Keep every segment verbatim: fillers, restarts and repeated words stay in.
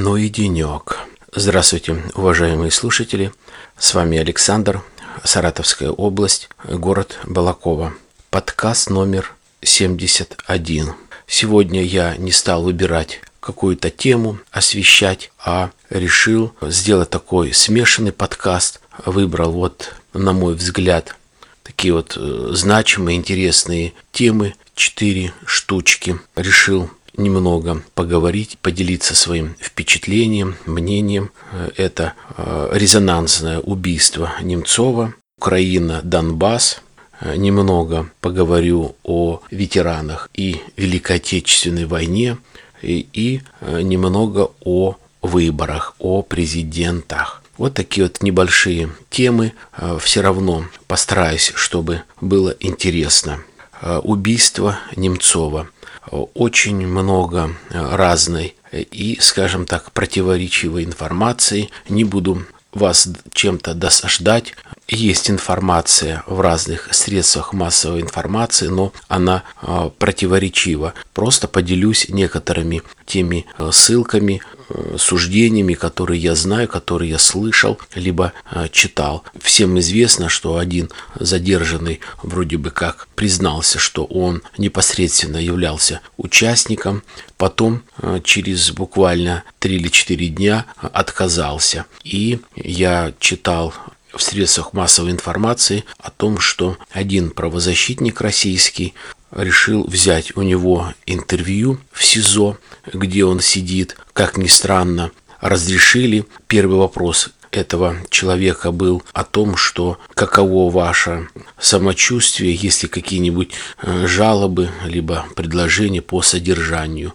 Ну и денек. Здравствуйте, уважаемые слушатели. С вами Александр, Саратовская область, город Балаково. Подкаст номер семьдесят один. Сегодня я не стал выбирать какую-то тему, освещать, а решил сделать такой смешанный подкаст. Выбрал вот, на мой взгляд, такие вот значимые, интересные темы, четыре штучки. Решил немного поговорить, поделиться своим впечатлением, мнением. Это резонансное убийство Немцова, Украина, Донбасс. Немного поговорю о ветеранах и Великой Отечественной войне, и, и немного о выборах, о президентах. Вот такие вот небольшие темы. Все равно постараюсь, чтобы было интересно. Убийство Немцова. Очень много разной и, скажем так, противоречивой информации. Не буду вас чем-то досаждать. Есть информация в разных средствах массовой информации, но она э, противоречива. Просто поделюсь некоторыми теми э, ссылками, э, суждениями, которые я знаю, которые я слышал, либо э, читал. Всем известно, что один задержанный вроде бы как признался, что он непосредственно являлся участником, потом э, через буквально три или четыре дня отказался. И я читал в средствах массовой информации о том, что один правозащитник российский решил взять у него интервью в СИЗО, где он сидит. Как ни странно, разрешили. Первый вопрос этого человека был о том, что каково ваше самочувствие, есть ли какие-нибудь жалобы, либо предложения по содержанию.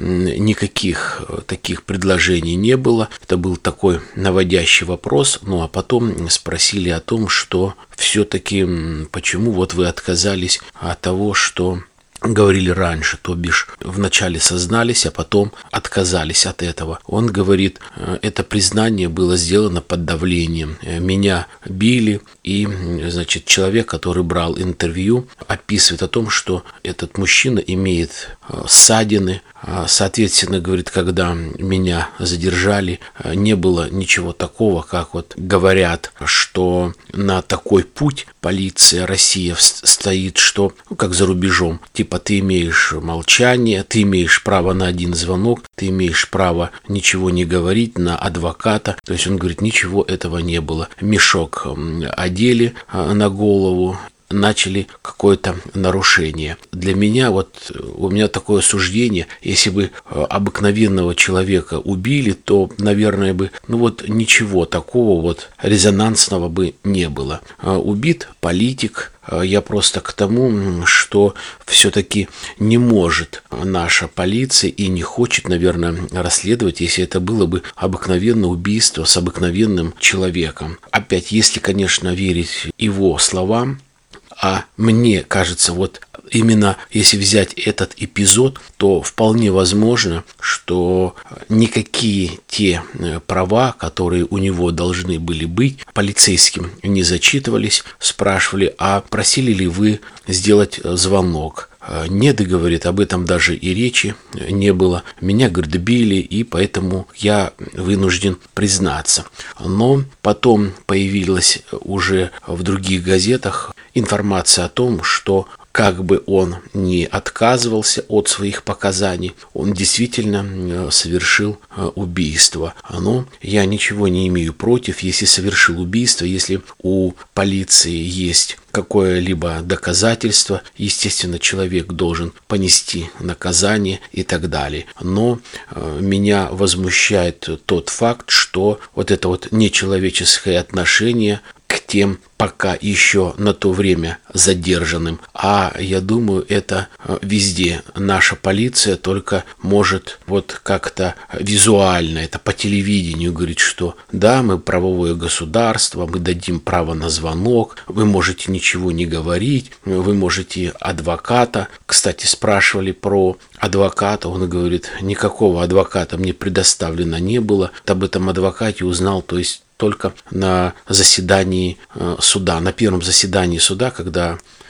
Никаких таких предложений не было. Это был такой наводящий вопрос. Ну а потом спросили о том, что все-таки почему вот вы отказались от того, что говорили раньше, то бишь вначале сознались, а потом отказались от этого. Он говорит, это признание было сделано под давлением. Меня били, и, значит, человек, который брал интервью, описывает о том, что этот мужчина имеет ссадины. Соответственно, говорит, когда меня задержали, не было ничего такого, как вот говорят, что на такой путь полиция, Россия стоит, что, ну, как за рубежом, типа ты имеешь молчание, ты имеешь право на один звонок, ты имеешь право ничего не говорить, на адвоката. То есть он говорит, ничего этого не было. Мешок одели на голову, начали какое-то нарушение. Для меня вот у меня такое суждение, если бы обыкновенного человека убили, то, наверное, бы, ну вот ничего такого вот резонансного бы не было. Убит политик. Я просто к тому, что все-таки не может наша полиция и не хочет, наверное, расследовать, если это было бы обыкновенное убийство с обыкновенным человеком. Опять, если, конечно, верить его словам, а мне кажется, вот именно если взять этот эпизод, то вполне возможно, что никакие те права, которые у него должны были быть, полицейским не зачитывались, спрашивали, а просили ли вы сделать звонок. Нет, говорит, об этом даже и речи не было. Меня, говорит, били, и поэтому я вынужден признаться. Но потом появилась уже в других газетах информация о том, что как бы он ни отказывался от своих показаний, он действительно совершил убийство. Но я ничего не имею против, если совершил убийство, если у полиции есть какое-либо доказательство, естественно, человек должен понести наказание и так далее. Но э, меня возмущает тот факт, что вот это вот нечеловеческое отношение к тем пока еще на то время задержанным. А я думаю, это везде. Наша полиция только может вот как-то визуально, это по телевидению говорит, что да, мы правовое государство, мы дадим право на звонок, вы можете ничего не говорить, вы можете адвоката. Кстати, спрашивали про адвоката, он говорит, никакого адвоката мне предоставлено не было. Об этом адвокате узнал, то есть только на заседании суда, на первом заседании суда, когда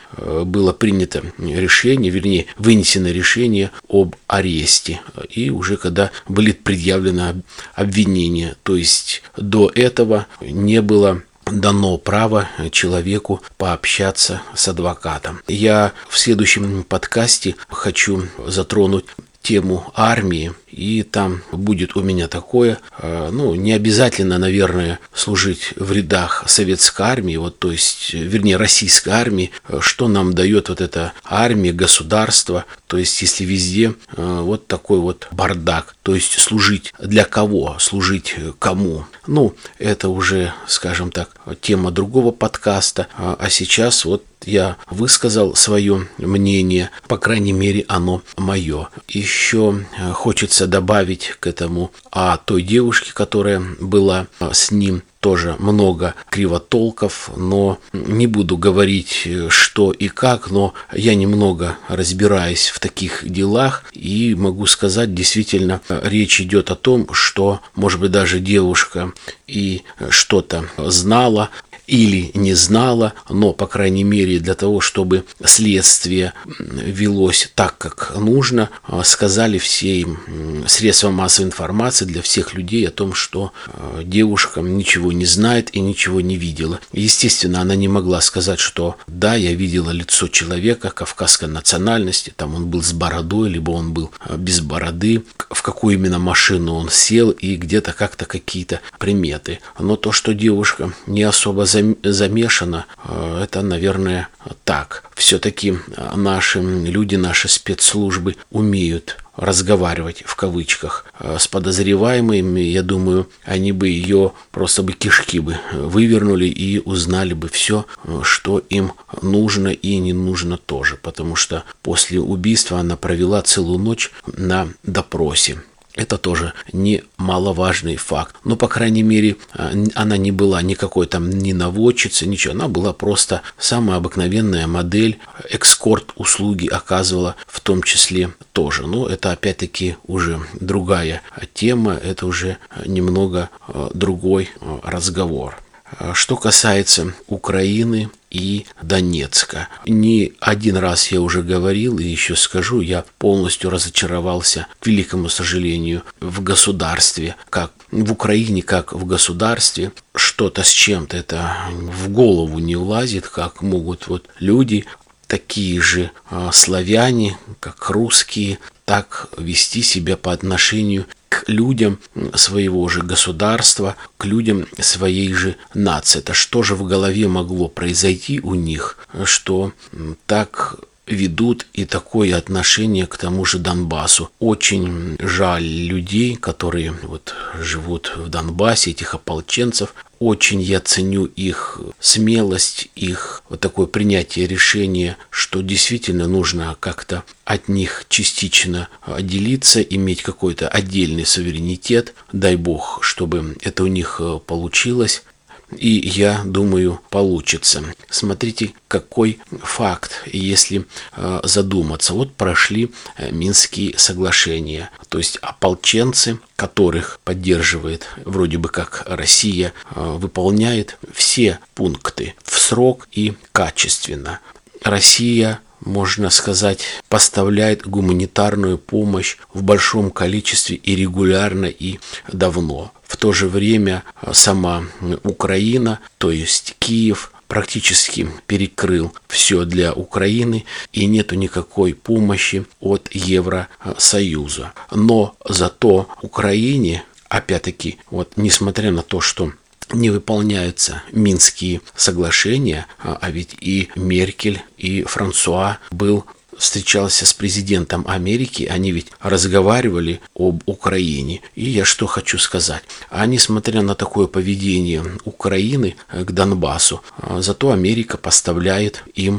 было принято решение, вернее, вынесено решение об аресте. И уже когда были предъявлены обвинения. То есть до этого не было дано право человеку пообщаться с адвокатом. Я в следующем подкасте хочу затронуть тему армии, и там будет у меня такое, ну, не обязательно, наверное, служить в рядах советской армии, вот, то есть, вернее, российской армии, что нам дает вот эта армия, государство, то есть, если везде вот такой вот бардак, то есть, служить для кого, служить кому, ну, это уже, скажем так, тема другого подкаста, а сейчас вот я высказал свое мнение, по крайней мере, оно мое. Еще хочется добавить к этому о той девушке, которая была с ним. Тоже много кривотолков, но не буду говорить, что и как, но я немного разбираюсь в таких делах и могу сказать, действительно, речь идет о том, что, может быть, даже девушка и что-то знала, или не знала, но, по крайней мере, для того, чтобы следствие велось так, как нужно, сказали все средства массовой информации для всех людей о том, что девушка ничего не знает и ничего не видела. Естественно, она не могла сказать, что да, я видела лицо человека кавказской национальности, там он был с бородой, либо он был без бороды, в какую именно машину он сел и где-то как-то какие-то приметы. Но то, что девушка не особо замешана, это, наверное, так. Все-таки наши люди, наши спецслужбы умеют разговаривать, в кавычках, с подозреваемыми. Я думаю, они бы ее просто бы кишки бы вывернули и узнали бы все, что им нужно и не нужно тоже. Потому что после убийства она провела целую ночь на допросе. Это тоже немаловажный факт. Но, по крайней мере, она не была никакой там ни наводчицей, ничего. Она была просто самая обыкновенная модель, эскорт-услуги оказывала в том числе тоже. Но это опять-таки уже другая тема, это уже немного другой разговор. Что касается Украины и Донецка. Не один раз я уже говорил и еще скажу, я полностью разочаровался, к великому сожалению, в государстве, как в Украине, как в государстве. Что-то с чем-то это в голову не влазит, как могут вот люди, такие же э, славяне, как русские, так вести себя по отношению к людям своего же государства, к людям своей же нации. Это что же в голове могло произойти у них, что так ведут и такое отношение к тому же Донбассу. Очень жаль людей, которые вот живут в Донбассе, этих ополченцев. Очень я ценю их смелость, их вот такое принятие решения, что действительно нужно как-то от них частично отделиться, иметь какой-то отдельный суверенитет. Дай Бог, чтобы это у них получилось. И я думаю, получится. Смотрите, какой факт, если э, задуматься. Вот прошли э, Минские соглашения. То есть ополченцы, которых поддерживает вроде бы как Россия, э, выполняет все пункты в срок и качественно. Россия, можно сказать, поставляет гуманитарную помощь в большом количестве и регулярно, и давно. В то же время сама Украина, то есть Киев, практически перекрыл все для Украины, и нету никакой помощи от Евросоюза. Но зато Украине, опять-таки, вот несмотря на то, что не выполняются Минские соглашения, а ведь и Меркель, и Франсуа был встречался с президентом Америки, они ведь разговаривали об Украине. И я что хочу сказать. А несмотря на такое поведение Украины к Донбассу, зато Америка поставляет им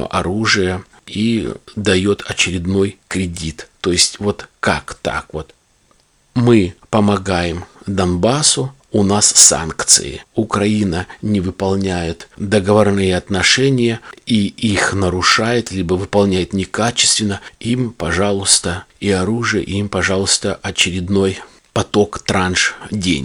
оружие и дает очередной кредит. То есть вот как так вот? Мы помогаем Донбассу, у нас санкции. Украина не выполняет договорные отношения и их нарушает, либо выполняет некачественно. Им, пожалуйста, и оружие, им, пожалуйста, очередной поток, транш денег.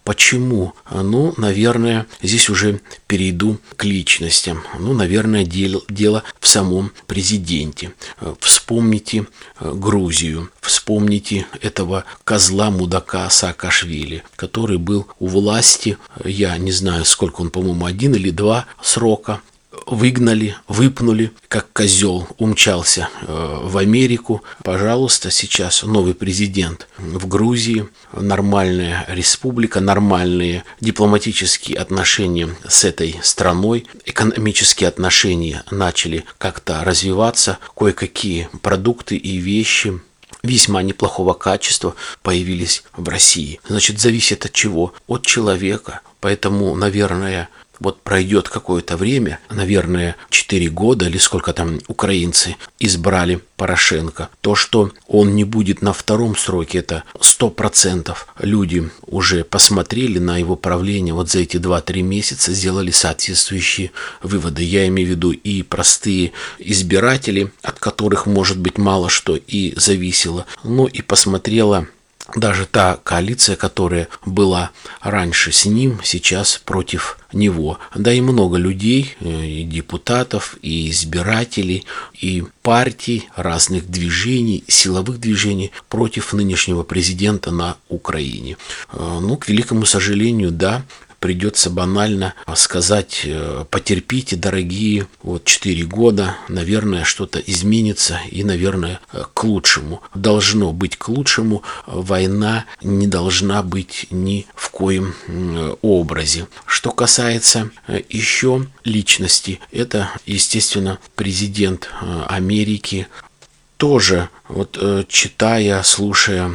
Почему? Ну, наверное, здесь уже перейду к личностям. Ну, наверное, дело, дело в самом президенте. Вспомните Грузию, вспомните этого козла-мудака Саакашвили, который был у власти, я не знаю, сколько он, по-моему, один или два срока. Выгнали, выпнули, как козел, умчался э, в Америку. Пожалуйста, сейчас новый президент в Грузии, нормальная республика, нормальные дипломатические отношения с этой страной, экономические отношения начали как-то развиваться, кое-какие продукты и вещи весьма неплохого качества появились в России. Значит, зависит от чего? От человека. Поэтому, наверное, вот пройдет какое-то время, наверное, четыре года или сколько там украинцы избрали Порошенко. То, что он не будет на втором сроке, это сто процентов. Люди уже посмотрели на его правление вот за эти два-три месяца, сделали соответствующие выводы. Я имею в виду и простые избиратели, от которых, может быть, мало что и зависело, но и посмотрела даже та коалиция, которая была раньше с ним, сейчас против него. Да и много людей, и депутатов, и избирателей, и партий, разных движений, силовых движений против нынешнего президента на Украине. Ну, к великому сожалению, да, придется банально сказать: потерпите, дорогие, вот четыре года, наверное, что-то изменится и, наверное, к лучшему. Должно быть к лучшему. Война не должна быть ни в коем образе. Что касается еще личности, это, естественно, президент Америки. Тоже, вот читая, слушая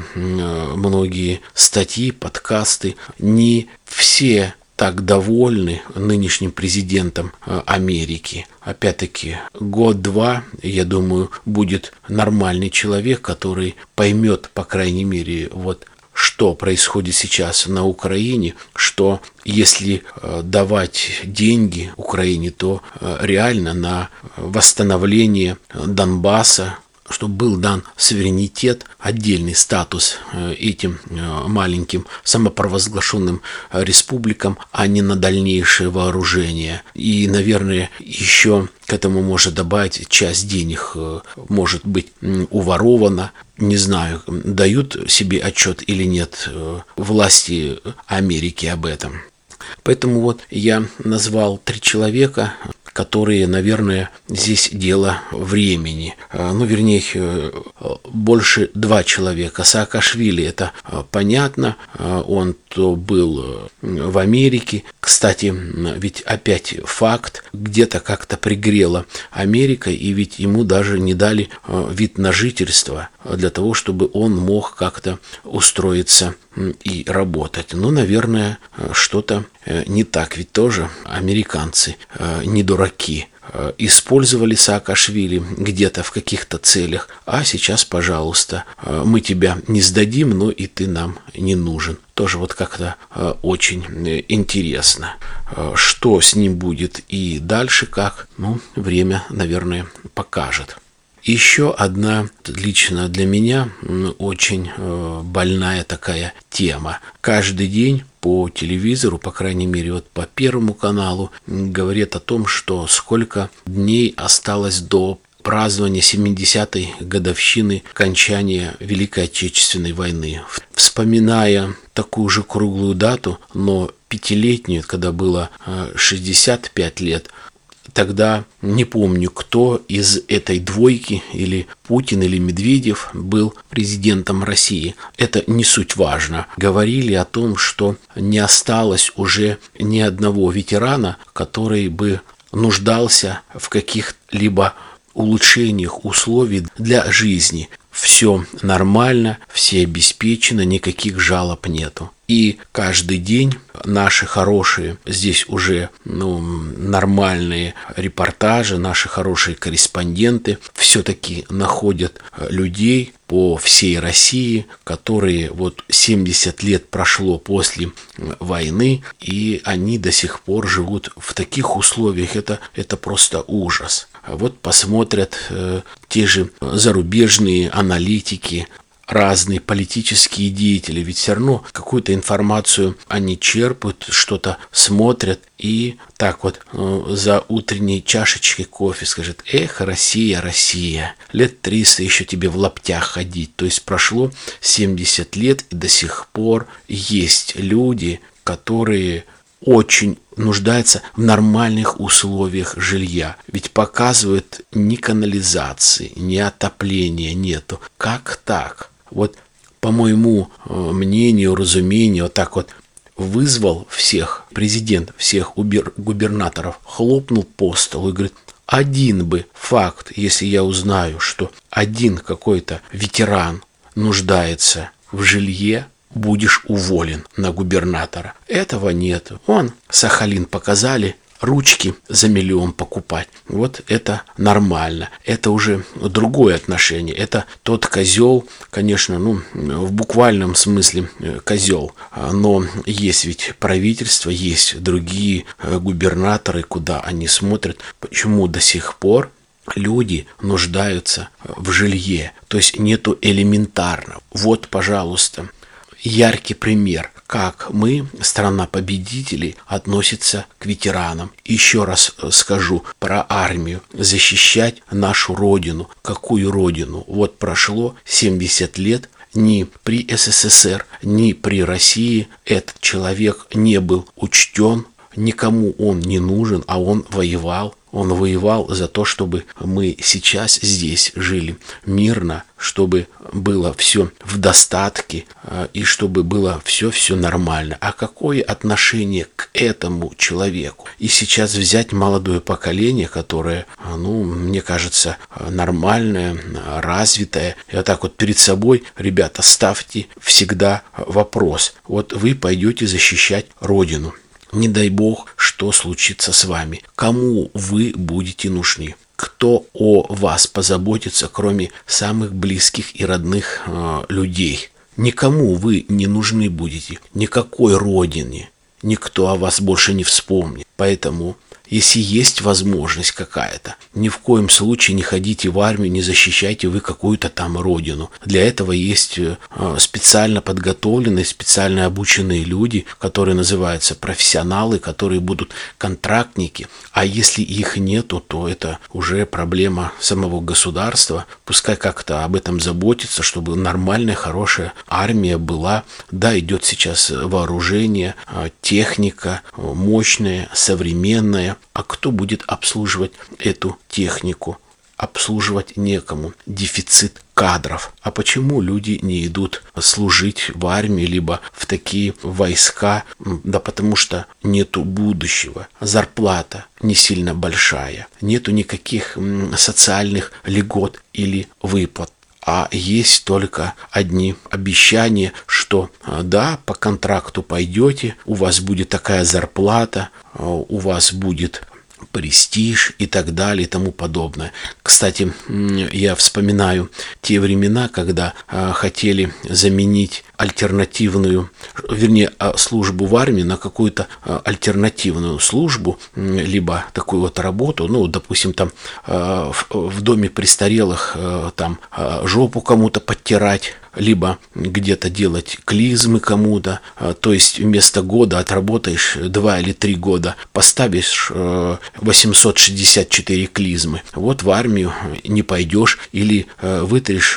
многие статьи, подкасты, не все так довольны нынешним президентом Америки. Опять-таки, год-два, я думаю, будет нормальный человек, который поймет, по крайней мере, вот что происходит сейчас на Украине, что если давать деньги Украине, то реально на восстановление Донбасса, чтобы был дан суверенитет, отдельный статус этим маленьким самопровозглашенным республикам, а не на дальнейшее вооружение. И, наверное, еще к этому можно добавить, часть денег может быть уворована. Не знаю, дают себе отчет или нет власти Америки об этом. Поэтому вот я назвал три человека, которые, наверное, здесь дело времени. Ну, вернее, больше два человека. Саакашвили, это понятно, он то был в Америке. Кстати, ведь опять факт, где-то как-то пригрела Америка, и ведь ему даже не дали вид на жительство для того, чтобы он мог как-то устроиться и работать. Ну, наверное, что-то не так, ведь тоже американцы не дураки. Использовали Саакашвили где-то в каких-то целях, а сейчас, пожалуйста, мы тебя не сдадим, но и ты нам не нужен. Тоже вот как-то очень интересно. Что с ним будет и дальше как, ну, время, наверное, покажет. Еще одна лично для меня очень больная такая тема. Каждый день по телевизору, по крайней мере, вот по Первому каналу, говорят о том, что сколько дней осталось до празднования семидесятой годовщины окончания Великой Отечественной войны. Вспоминая такую же круглую дату, но пятилетнюю, когда было шестьдесят пять лет, тогда не помню, кто из этой двойки, или Путин, или Медведев, был президентом России. Это не суть важно. Говорили о том, что не осталось уже ни одного ветерана, который бы нуждался в каких-либо улучшениях условий для жизни. Все нормально, все обеспечено, никаких жалоб нету. И каждый день наши хорошие, здесь уже ну, нормальные репортажи, наши хорошие корреспонденты все-таки находят людей по всей России, которые вот семьдесят лет прошло после войны, и они до сих пор живут в таких условиях. Это, это просто ужас. Вот посмотрят э, те же зарубежные аналитики, разные политические деятели, ведь все равно какую-то информацию они черпают, что-то смотрят и так вот э, за утренней чашечкой кофе скажет: эх, Россия, Россия, лет триста еще тебе в лаптях ходить. То есть прошло семьдесят лет, и до сих пор есть люди, которые очень нуждаются в нормальных условиях жилья. Ведь показывают, ни канализации, ни отопления нету. Как так? Вот по моему мнению, разумению, вот так вот вызвал всех, президент всех губернаторов, хлопнул по столу и говорит: один бы факт, если я узнаю, что один какой-то ветеран нуждается в жилье, будешь уволен на губернатора. Этого нет. Вон, Сахалин показали, ручки за миллион покупать. Вот это нормально. Это уже другое отношение. Это тот козел, конечно, ну, в буквальном смысле козел. Но есть ведь правительство, есть другие губернаторы, куда они смотрят. Почему до сих пор люди нуждаются в жилье? То есть нету элементарно. Вот, пожалуйста, яркий пример, как мы, страна победителей, относится к ветеранам. Еще раз скажу про армию. Защищать нашу родину. Какую родину? Вот прошло семьдесят лет, ни при СССР, ни при России этот человек не был учтен, никому он не нужен, а он воевал. Он воевал за то, чтобы мы сейчас здесь жили мирно, чтобы было все в достатке и чтобы было все-все нормально. А какое отношение к этому человеку? И сейчас взять молодое поколение, которое, ну, мне кажется, нормальное, развитое. И вот так вот перед собой, ребята, ставьте всегда вопрос. Вот вы пойдете защищать Родину. Не дай бог, что случится с вами. Кому вы будете нужны? Кто о вас позаботится, кроме самых близких и родных э, людей? Никому вы не нужны будете, никакой родине. Никто о вас больше не вспомнит. Поэтому, если есть возможность какая-то, ни в коем случае не ходите в армию, не защищайте вы какую-то там родину. Для этого есть специально подготовленные, специально обученные люди, которые называются профессионалы, которые будут контрактники. А если их нету, то это уже проблема самого государства. Пускай как-то об этом заботится, чтобы нормальная, хорошая армия была. Да, идет сейчас вооружение, техника мощная, современная. А кто будет обслуживать эту технику? Обслуживать некому. Дефицит кадров. А почему люди не идут служить в армии, либо в такие войска? Да потому что нету будущего. Зарплата не сильно большая. Нету никаких социальных льгот или выплат. А есть только одни обещания, что да, по контракту пойдете, у вас будет такая зарплата, у вас будет престиж и так далее и тому подобное. Кстати, я вспоминаю те времена, когда а, хотели заменить альтернативную, вернее, службу в армии на какую-то а, альтернативную службу, либо такую вот работу, ну, допустим, там а, в, в доме престарелых а, там а, жопу кому-то подтирать, либо где-то делать клизмы кому-то, то есть вместо года отработаешь два или три года, поставишь восемьсот шестьдесят четыре клизмы. Вот в армию не пойдешь, или вытрешь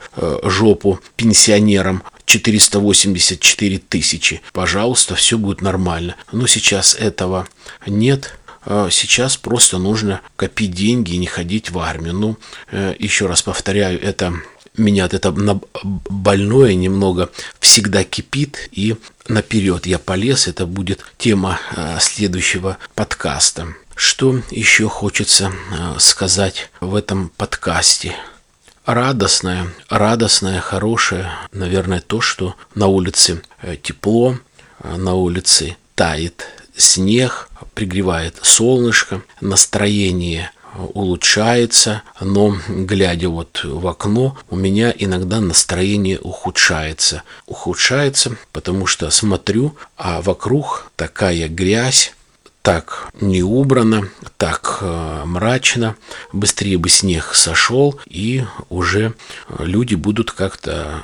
жопу пенсионерам четыреста восемьдесят четыре тысячи. Пожалуйста, все будет нормально. Но сейчас этого нет. Сейчас просто нужно копить деньги и не ходить в армию. Ну, еще раз повторяю, это меня это больное немного всегда кипит, и наперед я полез. Это будет тема следующего подкаста. Что еще хочется сказать в этом подкасте? Радостное, радостное, хорошее, наверное, то, что на улице тепло, на улице тает снег, пригревает солнышко, настроение улучшается, но, глядя вот в окно, у меня иногда настроение ухудшается. Ухудшается, потому что смотрю, а вокруг такая грязь, так не убрано, так мрачно. Быстрее бы снег сошел, и уже люди будут как-то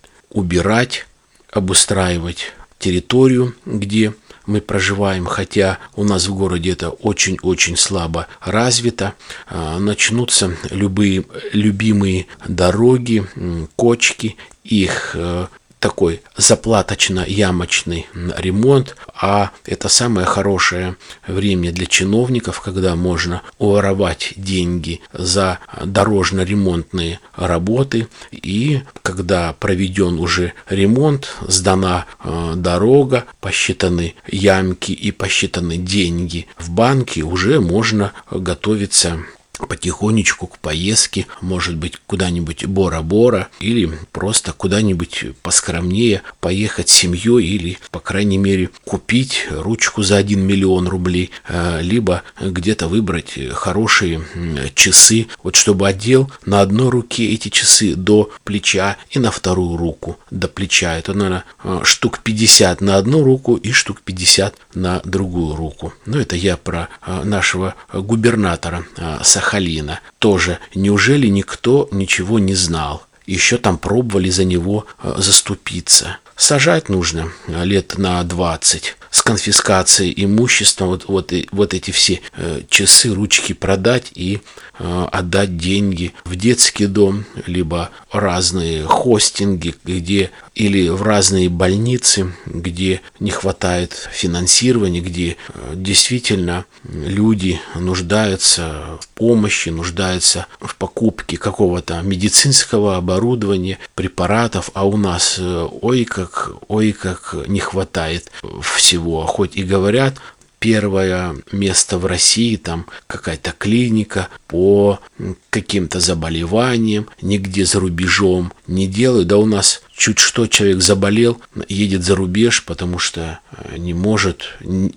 убирать, обустраивать территорию, где мы проживаем, хотя у нас в городе это очень-очень слабо развито. Начнутся любые любимые дороги, кочки, их такой заплаточно-ямочный ремонт, а это самое хорошее время для чиновников, когда можно уворовать деньги за дорожно-ремонтные работы, и когда проведен уже ремонт, сдана э, дорога, посчитаны ямки и посчитаны деньги в банке, уже можно готовиться потихонечку к поездке, может быть, куда-нибудь Бора-Бора, или просто куда-нибудь поскромнее поехать с семьей, или, по крайней мере, купить ручку за один миллион рублей, либо где-то выбрать хорошие часы, вот чтобы одел на одной руке эти часы до плеча и на вторую руку до плеча. Это, наверное, штук пятьдесят на одну руку и штук пятьдесят на другую руку. Но это я про нашего губернатора Сахалина. Халина. Тоже неужели никто ничего не знал? Еще там пробовали за него заступиться. Сажать нужно лет на двадцать. С конфискацией имущества вот, вот, вот эти все э, часы, ручки продать и э, отдать деньги в детский дом, либо разные хостинги, где или в разные больницы, где не хватает финансирования, где э, действительно люди нуждаются в помощи, нуждаются в покупке какого-то медицинского оборудования, препаратов, а у нас э, ой как, ой как не хватает всего. Хоть и говорят, первое место в России, там какая-то клиника по каким-то заболеваниям, нигде за рубежом не делают. Да у нас чуть что человек заболел, едет за рубеж, потому что не может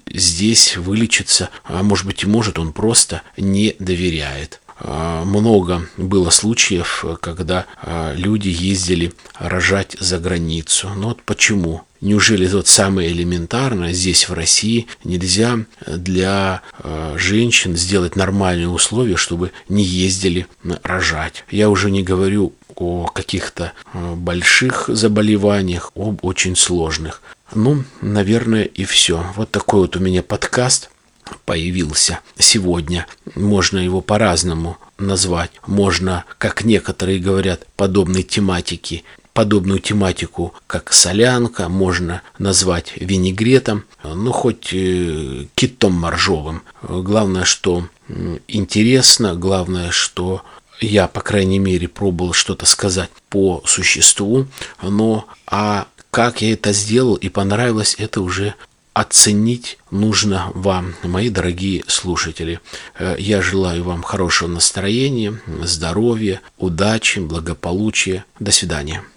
здесь вылечиться, а может быть и может, он просто не доверяет. Много было случаев, когда люди ездили рожать за границу. Но вот почему? Неужели вот самое элементарное здесь, в России, нельзя для женщин сделать нормальные условия, чтобы не ездили рожать? Я уже не говорю о каких-то больших заболеваниях, об очень сложных. Ну, наверное, и все. Вот такой вот у меня подкаст появился сегодня. Можно его по-разному назвать. Можно, как некоторые говорят, подобной тематики, подобную тематику, как солянка, можно назвать винегретом, ну, хоть э, китом моржовым. Главное, что интересно, главное, что я, по крайней мере, пробовал что-то сказать по существу, но а как я это сделал и понравилось, это уже оценить нужно вам, мои дорогие слушатели. Я желаю вам хорошего настроения, здоровья, удачи, благополучия. До свидания.